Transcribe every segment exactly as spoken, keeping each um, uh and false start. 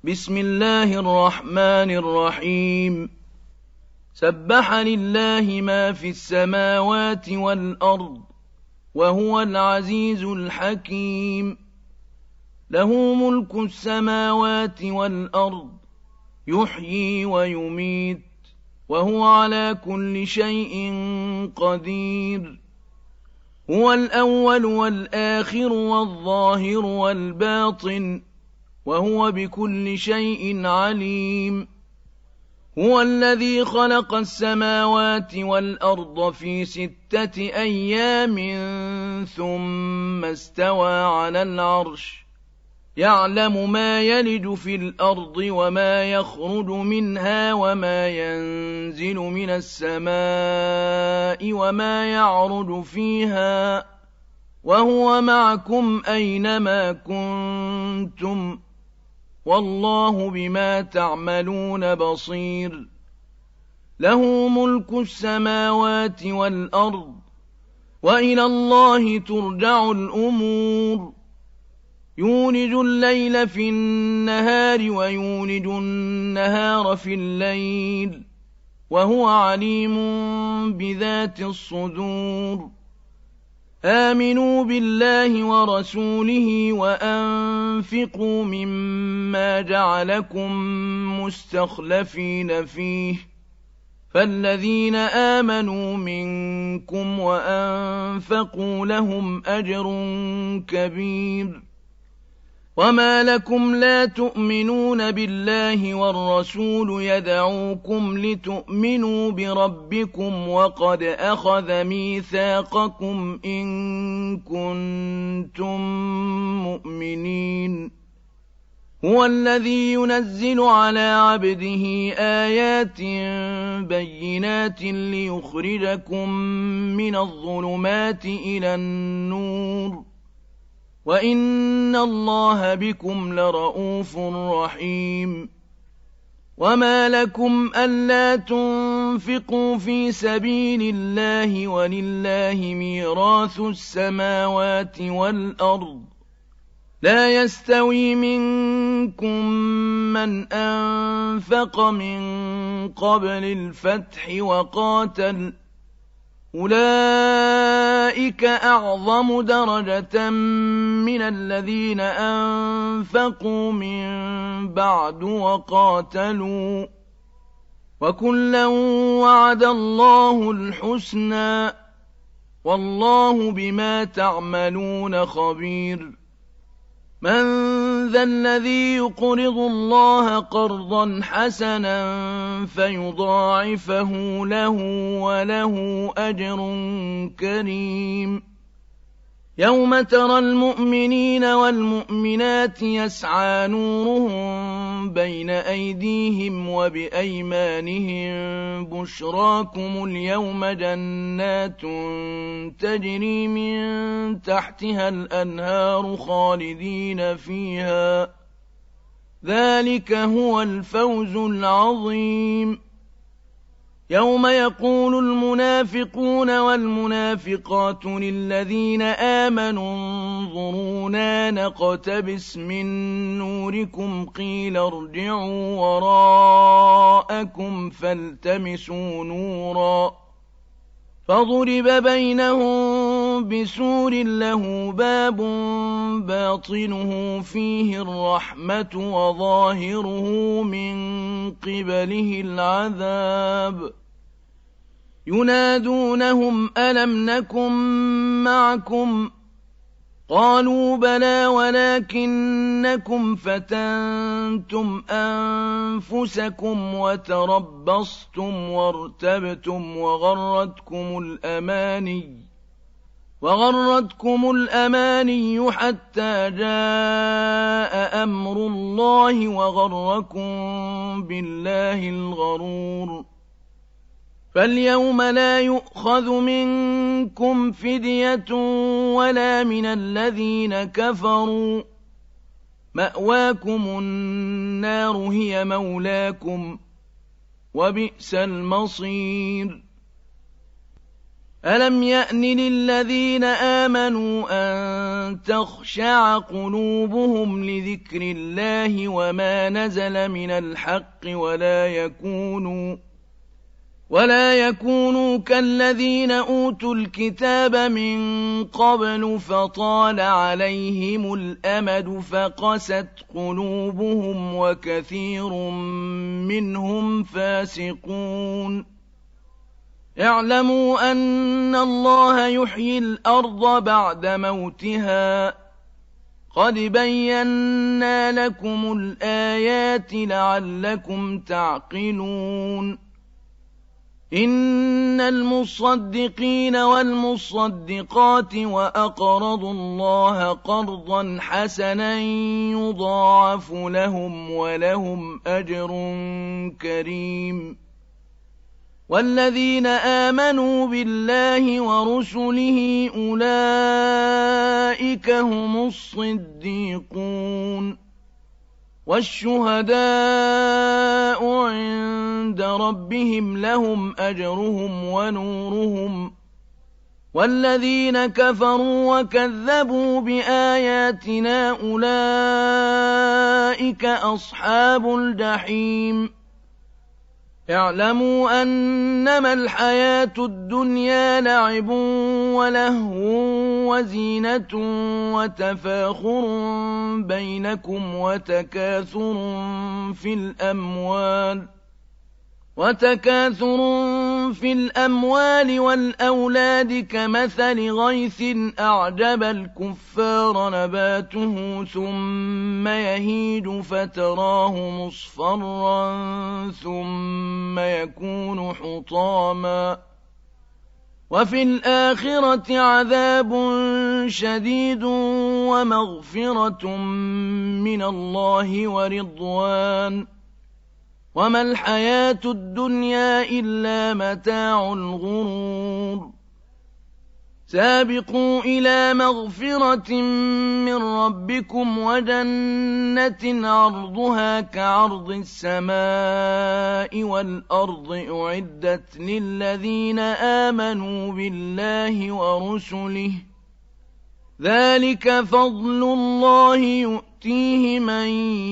بسم الله الرحمن الرحيم سبح لله ما في السماوات والأرض وهو العزيز الحكيم له ملك السماوات والأرض يحيي ويميت وهو على كل شيء قدير هو الأول والآخر والظاهر والباطن وهو بكل شيء عليم هو الذي خلق السماوات والأرض في ستة أيام ثم استوى على العرش يعلم ما يلج في الأرض وما يخرج منها وما ينزل من السماء وما يعرج فيها وهو معكم أينما كنتم والله بما تعملون بصير له ملك السماوات والأرض وإلى الله ترجع الأمور يولج الليل في النهار ويولج النهار في الليل وهو عليم بذات الصدور آمنوا بالله ورسوله وأنفقوا مما جعلكم مستخلفين فيه فالذين آمنوا منكم وأنفقوا لهم أجر كبير وما لكم لا تؤمنون بالله والرسول يدعوكم لتؤمنوا بربكم وقد أخذ ميثاقكم إن كنتم مؤمنين هو الذي ينزل على عبده آيات بينات ليخرجكم من الظلمات إلى النور وإن الله بكم لرءوف رحيم وما لكم ألا تنفقوا في سبيل الله ولله ميراث السماوات والأرض لا يستوي منكم من أنفق من قبل الفتح وقاتل أولئك أعظم درجة من الذين أنفقوا من بعد وقاتلوا وكلا وعد الله الحسنى والله بما تعملون خبير من ذا الذي يقرض الله قرضا حسنا فيضاعفه له وله أجر كريم يوم ترى المؤمنين والمؤمنات يسعى نورهم بين أيديهم وبأيمانهم بشراكم اليوم جنات تجري من تحتها الأنهار خالدين فيها ذلك هو الفوز العظيم يوم يقول المنافقون والمنافقات للذين آمنوا انظرونا نقتبس من نوركم قيل ارجعوا وراءكم فالتمسوا نورا فضرب بينهم بسور له باب باطنه فيه الرحمة وظاهره من قبله العذاب ينادونهم ألم نكن معكم قالوا بلى ولكنكم فتنتم أنفسكم وتربصتم وارتبتم وغرتكم الأماني وغرتكم الأماني حتى جاء أمر الله وغركم بالله الغرور فاليوم لا يؤخذ منكم فدية ولا من الذين كفروا مأواكم النار هي مولاكم وبئس المصير ألم يأن للذين آمنوا أن تخشع قلوبهم لذكر الله وما نزل من الحق ولا يكونوا ولا يكونوا كالذين أوتوا الكتاب من قبل فطال عليهم الأمد فقست قلوبهم وكثير منهم فاسقون اعلموا أن الله يحيي الأرض بعد موتها قد بينا لكم الآيات لعلكم تعقلون إن المصدقين والمصدقات وأقرضوا الله قرضا حسنا يضاعف لهم ولهم أجر كريم والذين آمنوا بالله ورسله أولئك هم الصديقون والشهداء عند ربهم لهم أجرهم ونورهم والذين كفروا وكذبوا بآياتنا أولئك أصحاب الجحيم اعلموا أنما الحياة الدنيا لعب ولهو وزينة وتفاخر بينكم وتكاثر في الأموال وتكاثر في الأموال والأولاد كمثل غيث أعجب الكفار نباته ثم يهيج فتراه مصفرا ثم يكون حطاما وفي الآخرة عذاب شديد ومغفرة من الله ورضوان وما الحياة الدنيا إلا متاع الغرور سابقوا إلى مغفرة من ربكم وجنة عرضها كعرض السماء والأرض أعدت للذين آمنوا بالله ورسله ذلك فضل الله يؤتيه من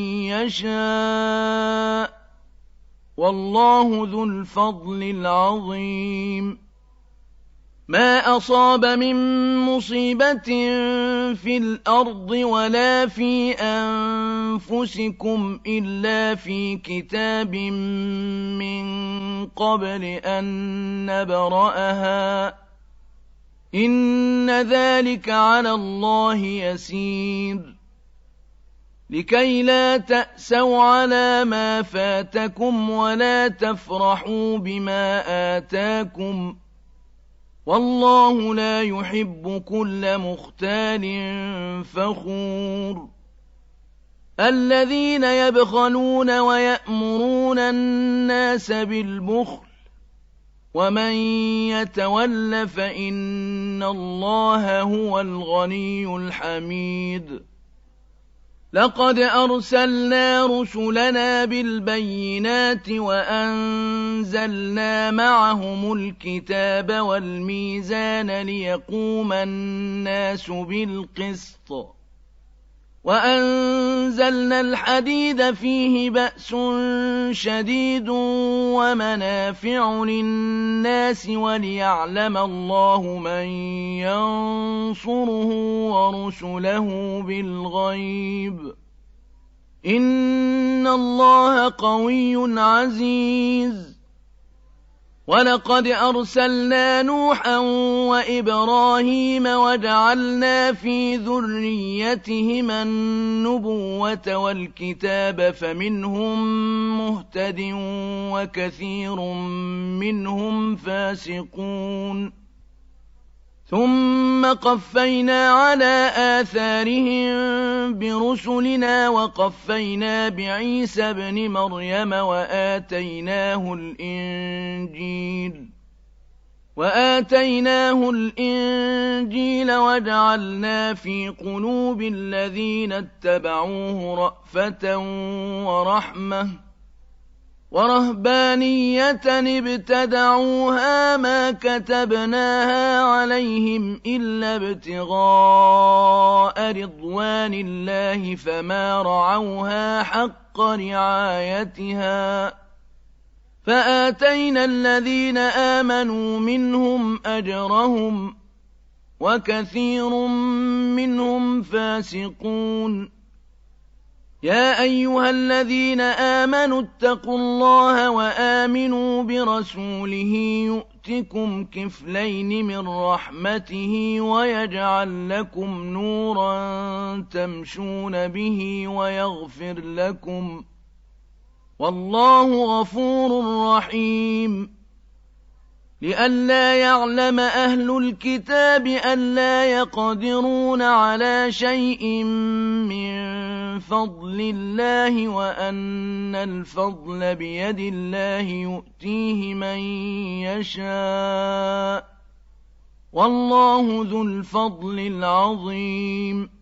يشاء والله ذو الفضل العظيم ما أصاب من مصيبة في الأرض ولا في أنفسكم إلا في كتاب من قبل أن نبرأها إن ذلك على الله يسير لكي لا تأسوا على ما فاتكم ولا تفرحوا بما آتاكم والله لا يحب كل مختال فخور الذين يبخلون ويأمرون الناس بالبخل ومن يتول فإن الله هو الغني الحميد لقد أرسلنا رسلنا بالبينات وأنزلنا معهم الكتاب والميزان ليقوم الناس بالقسط وأنزلنا الحديد فيه بأس شديد ومنافع للناس وليعلم الله من ينصره ورسله بالغيب إن الله قوي عزيز ولقد أرسلنا نوحا وإبراهيم وجعلنا في ذريتهما النبوة والكتاب فمنهم مهتد وكثير منهم فاسقون ثم قفينا على آثارهم برسلنا وقفينا بعيسى ابن مريم وآتيناه الإنجيل وآتيناه الإنجيل وجعلنا في قلوب الذين اتبعوه رأفة ورحمة وَرَهْبَانِيَّةً ابْتَدَعُوهَا مَا كَتَبْنَاهَا عَلَيْهِمْ إِلَّا ابْتِغَاءَ رِضْوَانِ اللَّهِ فَمَا رَعَوْهَا حَقَّ رِعَايَتِهَا فَآتَيْنَا الَّذِينَ آمَنُوا مِنْهُمْ أَجْرَهُمْ وَكَثِيرٌ مِّنْهُمْ فَاسِقُونَ يَا أَيُّهَا الَّذِينَ آمَنُوا اتَّقُوا اللَّهَ وَآمِنُوا بِرَسُولِهِ يُؤْتِكُمْ كِفْلَيْنِ مِن رَّحْمَتِهِ وَيَجْعَل لَّكُمْ نُورًا تَمْشُونَ بِهِ وَيَغْفِرْ لَكُمْ ۗ وَاللَّهُ غَفُورٌ رَّحِيمٌ لِئَلَّا يَعْلَمَ أَهْلُ الْكِتَابِ أَلَّا يَقْدِرُونَ عَلَىٰ شَيْءٍ مِّن فَضْلِ اللَّهِ وَأَنَّ الْفَضْلَ بِيَدِ اللَّهِ يُؤْتِيهِ مَن يَشَاءُ ۗ وَاللَّهُ ذُو الْفَضْلِ الْعَظِيمِ